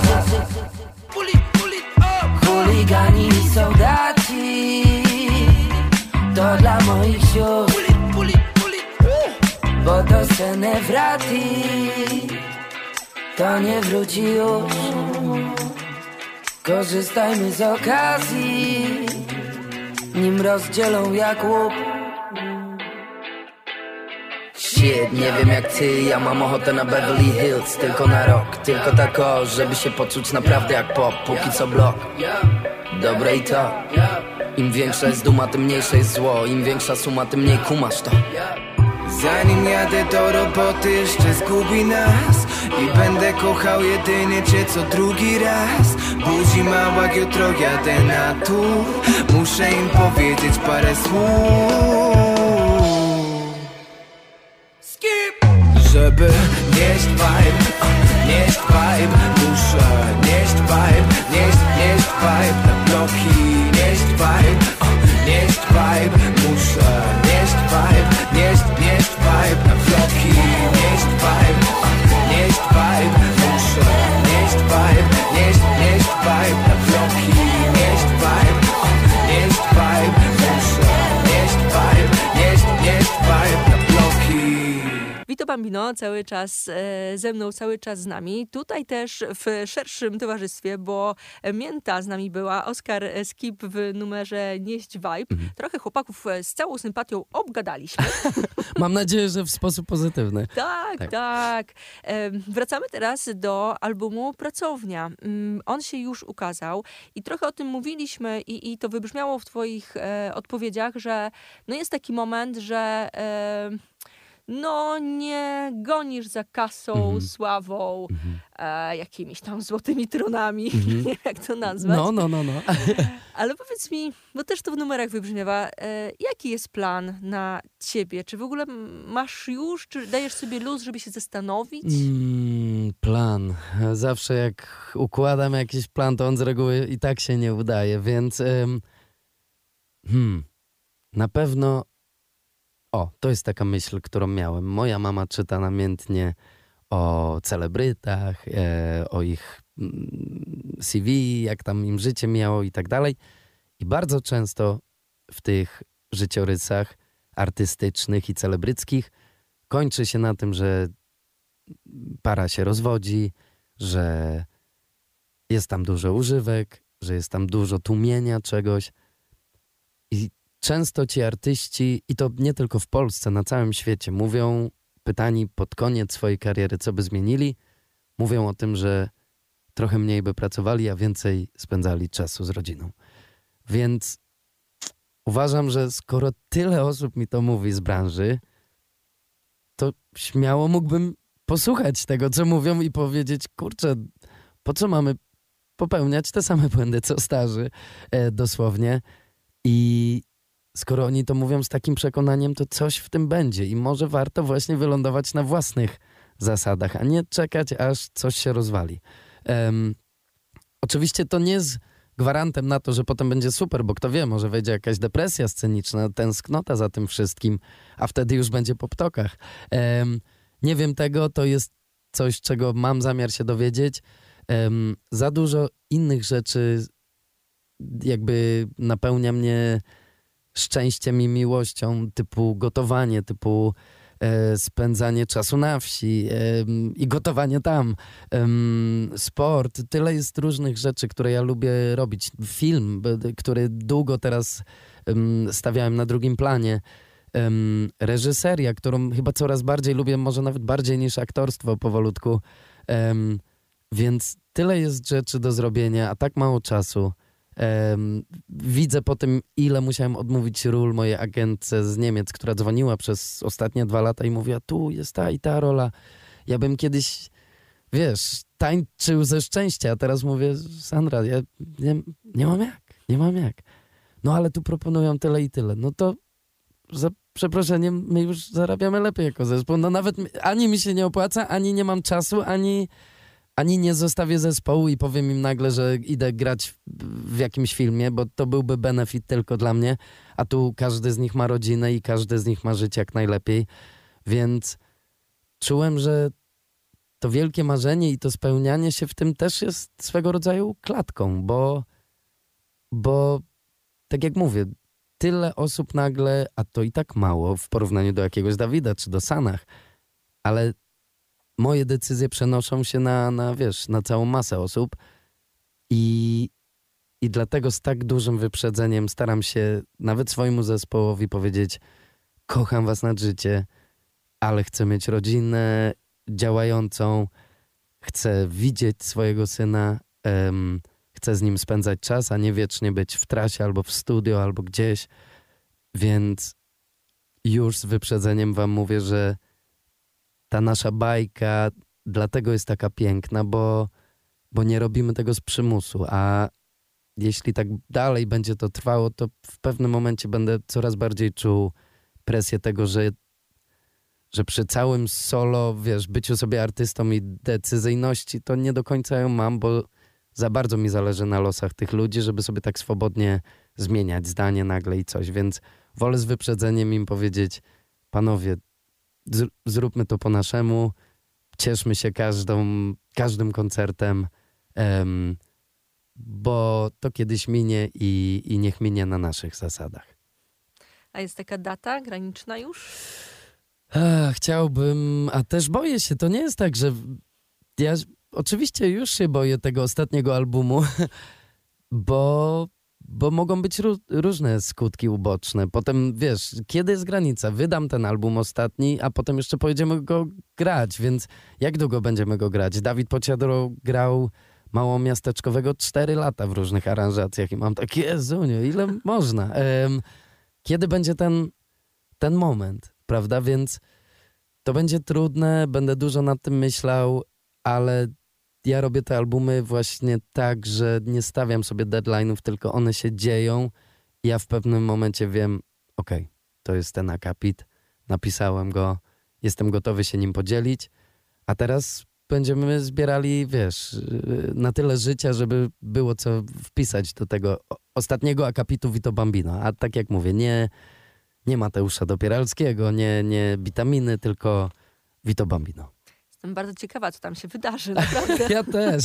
chuligani i soldaci. To dla moich sióstr, bo do sceny wrati to nie wróci już. Korzystajmy z okazji, nim rozdzielą jak łup. Shit, nie wiem jak ty, ja mam ochotę na Beverly Hills. Tylko na rok, tylko tak o, żeby się poczuć naprawdę jak pop. Póki co blok, dobre i to. Im większa jest duma, tym mniejsze jest zło. Im większa suma, tym mniej kumasz to. Zanim jadę do roboty, jeszcze zgubi nas. I będę kochał jedynie cię co drugi raz. Budzi mała, jutro jadę na tour. Muszę im powiedzieć parę słów, żeby nieść vibe, nieść vibe. Muszę nieść vibe, nieść vibe na bloki. Nieść vibe, nieść vibe. Muszę nieść vibe, nieść vibe na bloki. Nieść vibe, nieść vibe. Muszę nieść vibe, nieść vibe na bloki. Nieść vibe, nieść vibe. Muszę nieść vibe, nieść vibe na bloki. Vito Bambino cały czas ze mną, cały czas z nami. Tutaj też w szerszym towarzystwie, bo Mięta z nami była, Oskar Skip w numerze Nieść Vibe. Trochę chłopaków z całą sympatią obgadaliśmy. Mam nadzieję, że w sposób pozytywny. Tak. Wracamy teraz do albumu Pracownia. On się już ukazał i trochę o tym mówiliśmy i to wybrzmiało w twoich odpowiedziach, że no jest taki moment, że no nie gonisz za kasą, sławą, jakimiś tam złotymi tronami, nie wiem jak to nazwać. No. Ale powiedz mi, bo też to w numerach wybrzmiewa, jaki jest plan na ciebie? Czy w ogóle masz już, czy dajesz sobie luz, żeby się zastanowić? Plan. Zawsze jak układam jakiś plan, to on z reguły i tak się nie udaje, więc na pewno to jest taka myśl, którą miałem. Moja mama czyta namiętnie o celebrytach, o ich CV, jak tam im życie miało i tak dalej. I bardzo często w tych życiorysach artystycznych i celebryckich kończy się na tym, że para się rozwodzi, że jest tam dużo używek, że jest tam dużo tłumienia czegoś. I często ci artyści, i to nie tylko w Polsce, na całym świecie, mówią, pytani pod koniec swojej kariery, co by zmienili, mówią o tym, że trochę mniej by pracowali, a więcej spędzali czasu z rodziną. Więc uważam, że skoro tyle osób mi to mówi z branży, to śmiało mógłbym posłuchać tego, co mówią i powiedzieć, kurczę, po co mamy popełniać te same błędy, co starzy, dosłownie. I skoro oni to mówią z takim przekonaniem, to coś w tym będzie i może warto właśnie wylądować na własnych zasadach, a nie czekać, aż coś się rozwali. Oczywiście to nie jest gwarantem na to, że potem będzie super, bo kto wie, może wejdzie jakaś depresja sceniczna, tęsknota za tym wszystkim, a wtedy już będzie po ptokach. Nie wiem tego, to jest coś, czego mam zamiar się dowiedzieć. Za dużo innych rzeczy jakby napełnia mnie szczęściem i miłością, typu gotowanie, typu spędzanie czasu na wsi i gotowanie tam, sport. Tyle jest różnych rzeczy, które ja lubię robić. Film, który długo teraz stawiałem na drugim planie. Reżyseria, którą chyba coraz bardziej lubię, może nawet bardziej niż aktorstwo powolutku. Więc tyle jest rzeczy do zrobienia, a tak mało czasu. Widzę po tym, ile musiałem odmówić ról mojej agentce z Niemiec, która dzwoniła przez ostatnie 2 lata i mówiła, tu jest ta i ta rola. Ja bym kiedyś, tańczył ze szczęścia, a teraz mówię, Sandra, ja nie mam jak. No ale tu proponują tyle i tyle. No to za przeproszeniem, my już zarabiamy lepiej jako zespół. No nawet ani mi się nie opłaca, ani nie mam czasu, ani ani nie zostawię zespołu i powiem im nagle, że idę grać w jakimś filmie, bo to byłby benefit tylko dla mnie, a tu każdy z nich ma rodzinę i każdy z nich ma życie jak najlepiej, więc czułem, że to wielkie marzenie i to spełnianie się w tym też jest swego rodzaju klatką, bo tak jak mówię, tyle osób nagle, a to i tak mało w porównaniu do jakiegoś Dawida czy do Sanach, ale moje decyzje przenoszą się na całą masę osób i dlatego z tak dużym wyprzedzeniem staram się nawet swojemu zespołowi powiedzieć: kocham was nad życie, ale chcę mieć rodzinę działającą, chcę widzieć swojego syna, chcę z nim spędzać czas, a nie wiecznie być w trasie albo w studio, albo gdzieś. Więc już z wyprzedzeniem wam mówię, że ta nasza bajka dlatego jest taka piękna, bo nie robimy tego z przymusu, a jeśli tak dalej będzie to trwało, to w pewnym momencie będę coraz bardziej czuł presję tego, że przy całym solo, byciu sobie artystą i decyzyjności, to nie do końca ją mam, bo za bardzo mi zależy na losach tych ludzi, żeby sobie tak swobodnie zmieniać zdanie nagle i coś, więc wolę z wyprzedzeniem im powiedzieć: panowie, zróbmy to po naszemu, cieszmy się każdym koncertem, bo to kiedyś minie i niech minie na naszych zasadach. A jest taka data graniczna już? Chciałbym, a też boję się. To nie jest tak, że ja oczywiście już się boję tego ostatniego albumu, bo mogą być różne skutki uboczne. Potem, kiedy jest granica? Wydam ten album ostatni, a potem jeszcze pojedziemy go grać, więc jak długo będziemy go grać? Dawid Podsiadło grał Małomiasteczkowego 4 lata w różnych aranżacjach i mam takie: Jezuniu, ile można? Kiedy będzie ten moment, prawda? Więc to będzie trudne, będę dużo nad tym myślał, ale ja robię te albumy właśnie tak, że nie stawiam sobie deadline'ów, tylko one się dzieją i ja w pewnym momencie wiem: okej, to jest ten akapit, napisałem go, jestem gotowy się nim podzielić, a teraz będziemy zbierali, na tyle życia, żeby było co wpisać do tego ostatniego akapitu Vito Bambino. A tak jak mówię, nie Mateusza Dopieralskiego, nie Witaminy, tylko Vito Bambino. Jestem bardzo ciekawa, co tam się wydarzy, naprawdę. Ja też.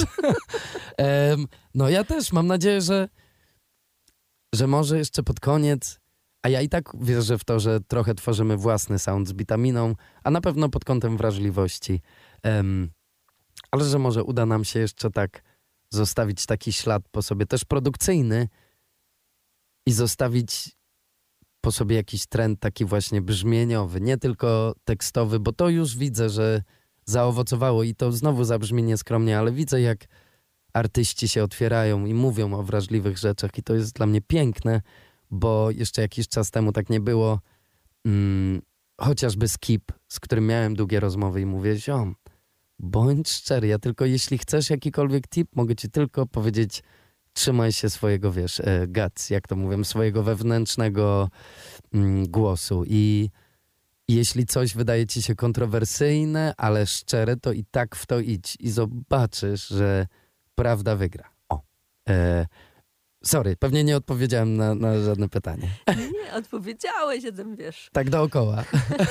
Ja też. Mam nadzieję, że może jeszcze pod koniec, a ja i tak wierzę w to, że trochę tworzymy własny sound z Vitaminą, a na pewno pod kątem wrażliwości. Ale że może uda nam się jeszcze tak zostawić taki ślad po sobie, też produkcyjny, i zostawić po sobie jakiś trend taki właśnie brzmieniowy, nie tylko tekstowy, bo to już widzę, że zaowocowało i to znowu zabrzmi nieskromnie, ale widzę, jak artyści się otwierają i mówią o wrażliwych rzeczach i to jest dla mnie piękne, bo jeszcze jakiś czas temu tak nie było. Chociażby Skip, z którym miałem długie rozmowy i mówię: ziom, bądź szczery, ja tylko jeśli chcesz jakikolwiek tip, mogę ci tylko powiedzieć: trzymaj się swojego, guts, jak to mówię, swojego wewnętrznego głosu i jeśli coś wydaje ci się kontrowersyjne, ale szczere, to i tak w to idź i zobaczysz, że prawda wygra. Sorry, pewnie nie odpowiedziałem na żadne pytanie. Nie, odpowiedziałeś, jeden Tak dookoła.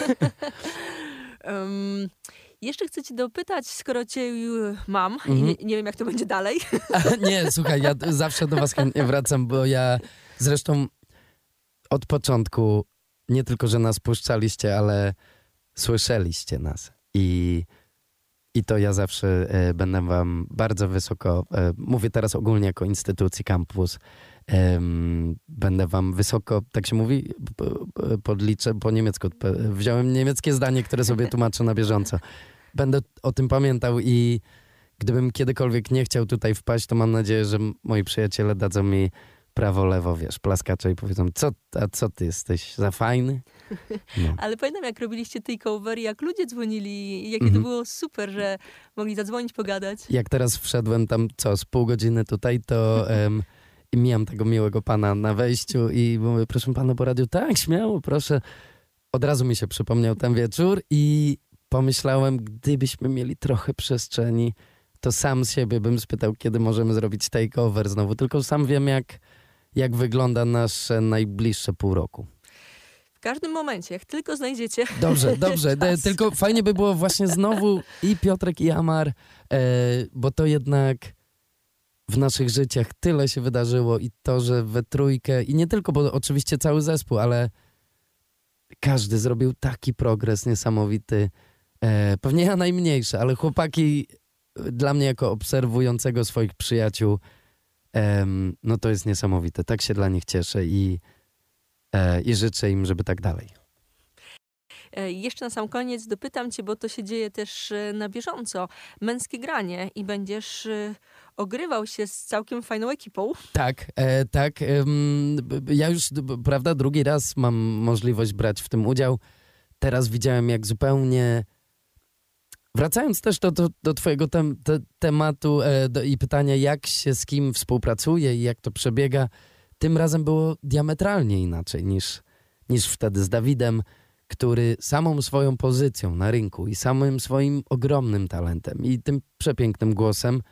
Jeszcze chcę cię dopytać, skoro cię mam i nie wiem, jak to będzie dalej. Nie, słuchaj, ja zawsze do was chętnie wracam, bo ja zresztą od początku nie tylko, że nas puszczaliście, ale słyszeliście nas. I to ja zawsze będę wam bardzo wysoko, mówię teraz ogólnie jako instytucji Campus, będę wam wysoko, tak się mówi, podliczę po niemiecku. Wziąłem niemieckie zdanie, które sobie tłumaczę na bieżąco. Będę o tym pamiętał i gdybym kiedykolwiek nie chciał tutaj wpaść, to mam nadzieję, że moi przyjaciele dadzą mi prawo, lewo, plaskacze i powiedzą: co ty jesteś za fajny? No. Ale pamiętam, jak robiliście takeover, jak ludzie dzwonili i jakie to było super, że mogli zadzwonić, pogadać. Jak teraz wszedłem tam, z pół godziny tutaj, to i mijam tego miłego pana na wejściu i mówię: proszę pana, po radiu. Tak, śmiało, proszę. Od razu mi się przypomniał ten wieczór i pomyślałem, gdybyśmy mieli trochę przestrzeni, to sam siebie bym spytał, kiedy możemy zrobić takeover znowu. Tylko sam wiem, jak wygląda nasze najbliższe pół roku. W każdym momencie, jak tylko znajdziecie... Dobrze. Tylko fajnie by było właśnie znowu i Piotrek, i Amar, bo to jednak w naszych życiach tyle się wydarzyło i to, że we trójkę, i nie tylko, bo oczywiście cały zespół, ale każdy zrobił taki progres niesamowity. Pewnie ja najmniejszy, ale chłopaki dla mnie jako obserwującego swoich przyjaciół, no to jest niesamowite. Tak się dla nich cieszę i życzę im, żeby tak dalej. Jeszcze na sam koniec dopytam cię, bo to się dzieje też na bieżąco. Męskie granie i będziesz ogrywał się z całkiem fajną ekipą. Tak. Ja już, prawda, drugi raz mam możliwość brać w tym udział. Teraz widziałem, jak zupełnie... Wracając też do twojego tematu i pytania, jak się z kim współpracuje i jak to przebiega, tym razem było diametralnie inaczej niż wtedy z Dawidem, który samą swoją pozycją na rynku i samym swoim ogromnym talentem i tym przepięknym głosem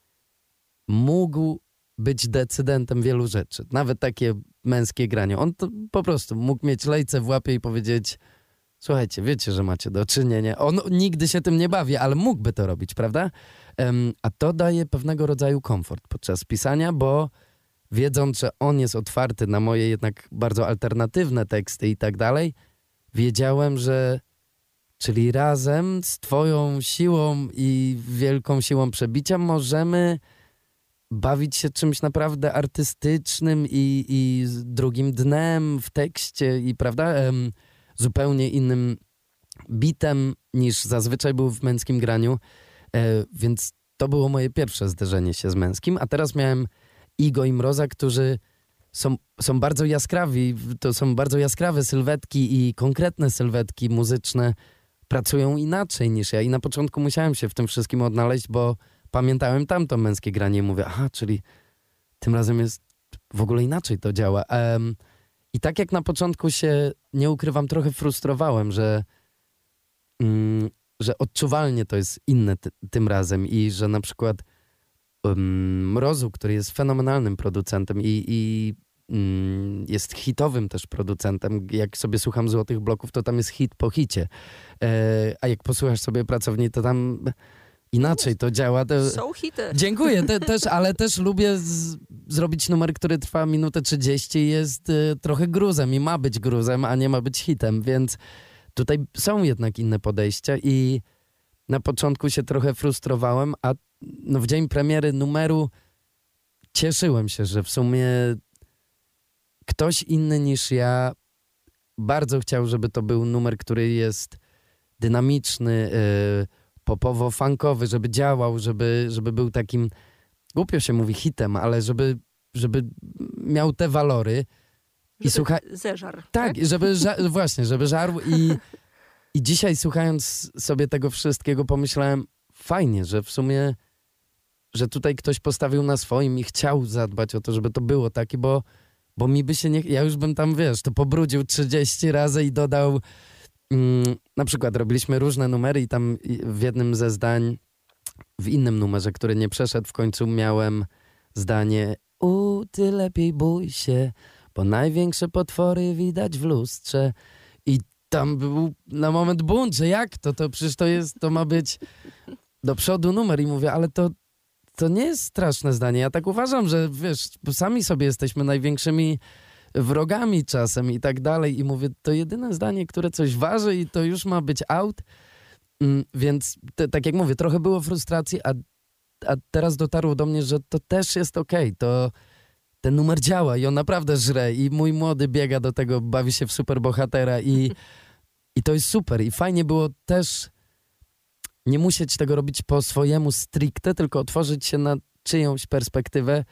mógł być decydentem wielu rzeczy. Nawet takie męskie granie. On to po prostu mógł mieć lejce w łapie i powiedzieć: słuchajcie, wiecie, że macie do czynienia. On nigdy się tym nie bawi, ale mógłby to robić, prawda? A to daje pewnego rodzaju komfort podczas pisania, bo wiedząc, że on jest otwarty na moje jednak bardzo alternatywne teksty i tak dalej, wiedziałem, że czyli razem z twoją siłą i wielką siłą przebicia możemy bawić się czymś naprawdę artystycznym i drugim dnem w tekście i prawda, zupełnie innym bitem niż zazwyczaj był w męskim graniu, więc to było moje pierwsze zderzenie się z męskim, a teraz miałem Igo i Mroza, którzy są bardzo jaskrawi, to są bardzo jaskrawe sylwetki i konkretne sylwetki muzyczne pracują inaczej niż ja i na początku musiałem się w tym wszystkim odnaleźć, bo pamiętałem tamto męskie granie i mówię, aha, czyli tym razem jest w ogóle inaczej to działa. I tak jak na początku się, nie ukrywam, trochę frustrowałem, że odczuwalnie to jest inne tym razem i że na przykład Mrozu, który jest fenomenalnym producentem i jest hitowym też producentem. Jak sobie słucham Złotych Bloków, to tam jest hit po hicie. A jak posłuchasz sobie Pracowni, to tam inaczej to działa. Są hity. Dziękuję, też, ale też lubię zrobić numer, który trwa minutę 30 i jest trochę gruzem i ma być gruzem, a nie ma być hitem, więc tutaj są jednak inne podejścia i na początku się trochę frustrowałem, a no w dzień premiery numeru cieszyłem się, że w sumie ktoś inny niż ja bardzo chciał, żeby to był numer, który jest dynamiczny, popowo-funkowy, żeby działał, żeby był takim, głupio się mówi hitem, ale żeby miał te walory. I słuchaj, zeżar. Tak, właśnie, żeby żarł i dzisiaj słuchając sobie tego wszystkiego pomyślałem, fajnie, że w sumie, że tutaj ktoś postawił na swoim i chciał zadbać o to, żeby to było takie, bo mi by się nie... Ja już bym tam, wiesz, to pobrudził 30 razy i dodał... na przykład robiliśmy różne numery i tam w jednym ze zdań, w innym numerze, który nie przeszedł, w końcu miałem zdanie: ty lepiej bój się, bo największe potwory widać w lustrze. I tam był na moment bunt, że jak to? To przecież to ma być do przodu numer. I mówię, ale to nie jest straszne zdanie. Ja tak uważam, że wiesz, sami sobie jesteśmy największymi wrogami czasem i tak dalej. I mówię, to jedyne zdanie, które coś waży i to już ma być out. Więc tak jak mówię, trochę było frustracji, a teraz dotarło do mnie, że to też jest okej. To ten numer działa i on naprawdę żre i mój młody biega do tego, bawi się w superbohatera i to jest super. I fajnie było też nie musieć tego robić po swojemu stricte, tylko otworzyć się na czyjąś perspektywę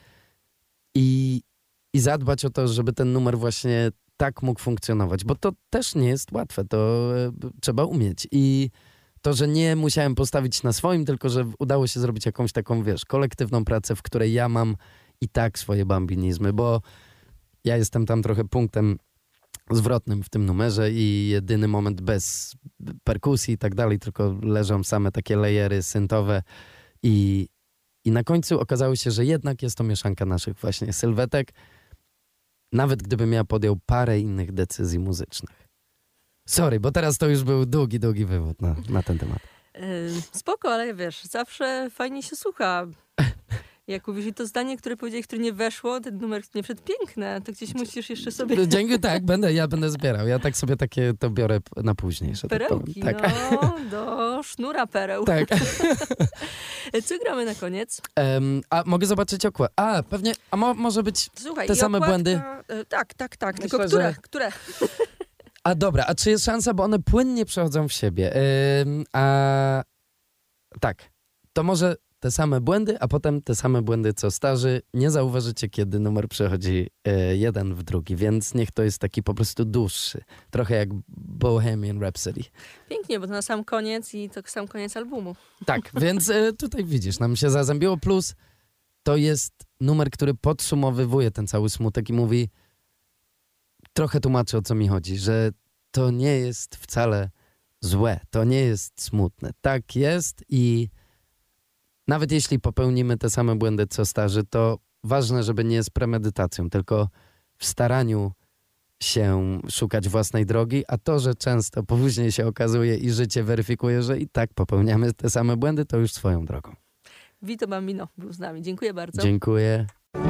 i zadbać o to, żeby ten numer właśnie tak mógł funkcjonować, bo to też nie jest łatwe, to trzeba umieć. I to, że nie musiałem postawić na swoim, tylko że udało się zrobić jakąś taką, wiesz, kolektywną pracę, w której ja mam i tak swoje bambinizmy, bo ja jestem tam trochę punktem zwrotnym w tym numerze i jedyny moment bez perkusji i tak dalej, tylko leżą same takie layery syntowe i I na końcu okazało się, że jednak jest to mieszanka naszych właśnie sylwetek, nawet gdybym ja podjął parę innych decyzji muzycznych. Sorry, bo teraz to już był długi wywód na ten temat. Spoko, ale wiesz, zawsze fajnie się słucha. Jak mówisz, i to zdanie, które powiedziałeś, które nie weszło, ten numer nie wszedł piękne, to gdzieś musisz jeszcze sobie... Dzięki, tak, ja będę zbierał. Ja tak sobie takie to biorę na później. Perełki, tak powiem. Tak. No, do sznura pereł. Tak. Co gramy na koniec? A mogę zobaczyć okład? Pewnie, może być Słuchaj, te same okładka, błędy? Tak. Myślę, Tylko które? Dobra, a czy jest szansa, bo one płynnie przechodzą w siebie? Tak, to może te same błędy, a potem te same błędy co starzy. Nie zauważycie, kiedy numer przechodzi jeden w drugi, więc niech to jest taki po prostu dłuższy. Trochę jak Bohemian Rhapsody. Pięknie, bo to na sam koniec i to sam koniec albumu. Tak, więc tutaj widzisz, nam się zazębiło, plus to jest numer, który podsumowywuje ten cały smutek i mówi, trochę tłumaczy, o co mi chodzi, że to nie jest wcale złe, to nie jest smutne. Tak jest i nawet jeśli popełnimy te same błędy co starzy, to ważne, żeby nie z premedytacją, tylko w staraniu się szukać własnej drogi, a to, że często później się okazuje i życie weryfikuje, że i tak popełniamy te same błędy, to już swoją drogą. Vito Bambino był z nami. Dziękuję bardzo. Dziękuję.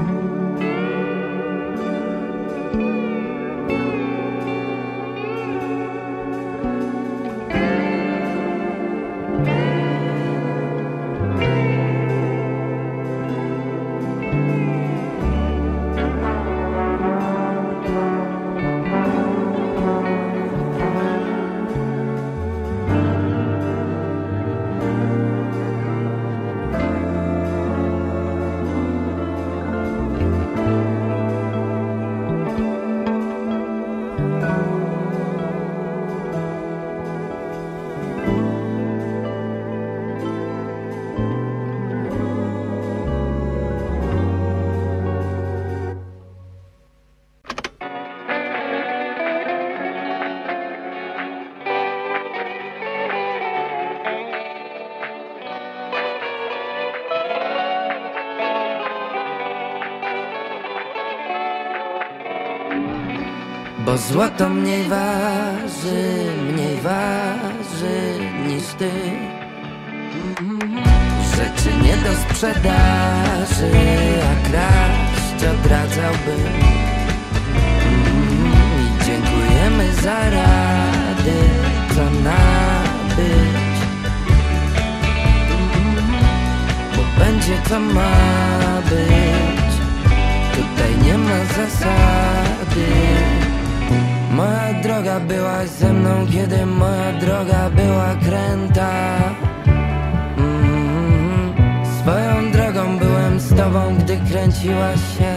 Bo złoto mniej waży niż ty. Rzeczy nie do sprzedaży, a kraść odradzałbym. I dziękujemy za rady, co nabyć. Bo będzie co ma być. Tutaj nie ma zasady. Moja droga byłaś ze mną, kiedy moja droga była kręta. Swoją drogą byłem z tobą, gdy kręciłaś się.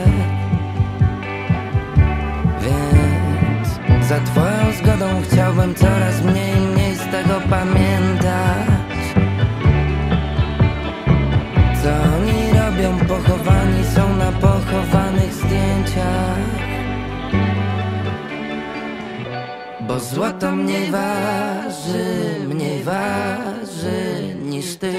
Więc za twoją zgodą chciałbym coraz mniej i mniej z tego pamiętać. Co oni robią, pochowani są na pochowanych zdjęciach. Bo złoto mniej waży niż ty.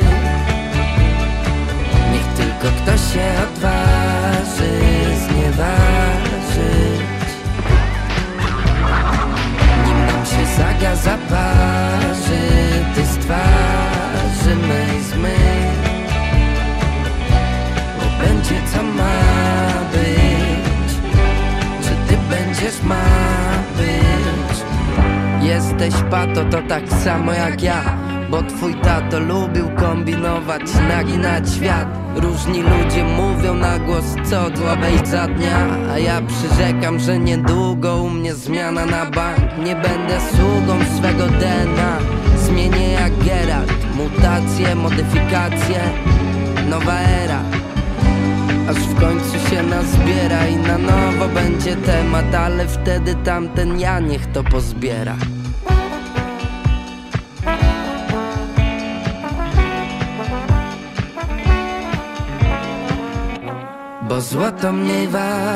Niech tylko ktoś się odważy znieważyć, nim nam się zaga zaparzy. Ty z twarzy mej zmyć, bo będzie co ma być. Czy ty będziesz ma być? Jesteś pato, to tak samo jak ja, bo twój tato lubił kombinować, naginać świat. Różni ludzie mówią na głos, co zła wejść za dnia, a ja przyrzekam, że niedługo u mnie zmiana na bank. Nie będę sługą swego DNA, zmienię jak Geralt. Mutacje, modyfikacje, nowa era, aż w końcu się nazbiera i na nowo będzie temat, ale wtedy tamten ja niech to pozbiera. Bo złoto mniej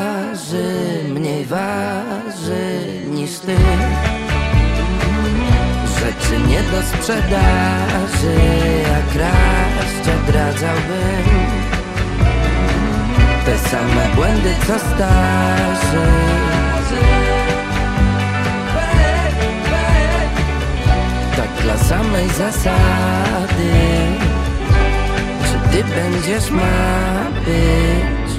waży niż ty. Rzeczy nie do sprzedaży, jak raz odradzałbym te same błędy co starzy. Tak dla samej zasady, czy ty będziesz ma być.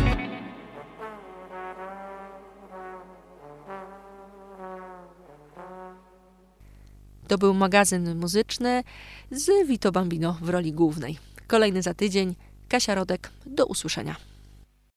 To był magazyn muzyczny z Vito Bambino w roli głównej. Kolejny za tydzień. Kasia Rodek. Do usłyszenia.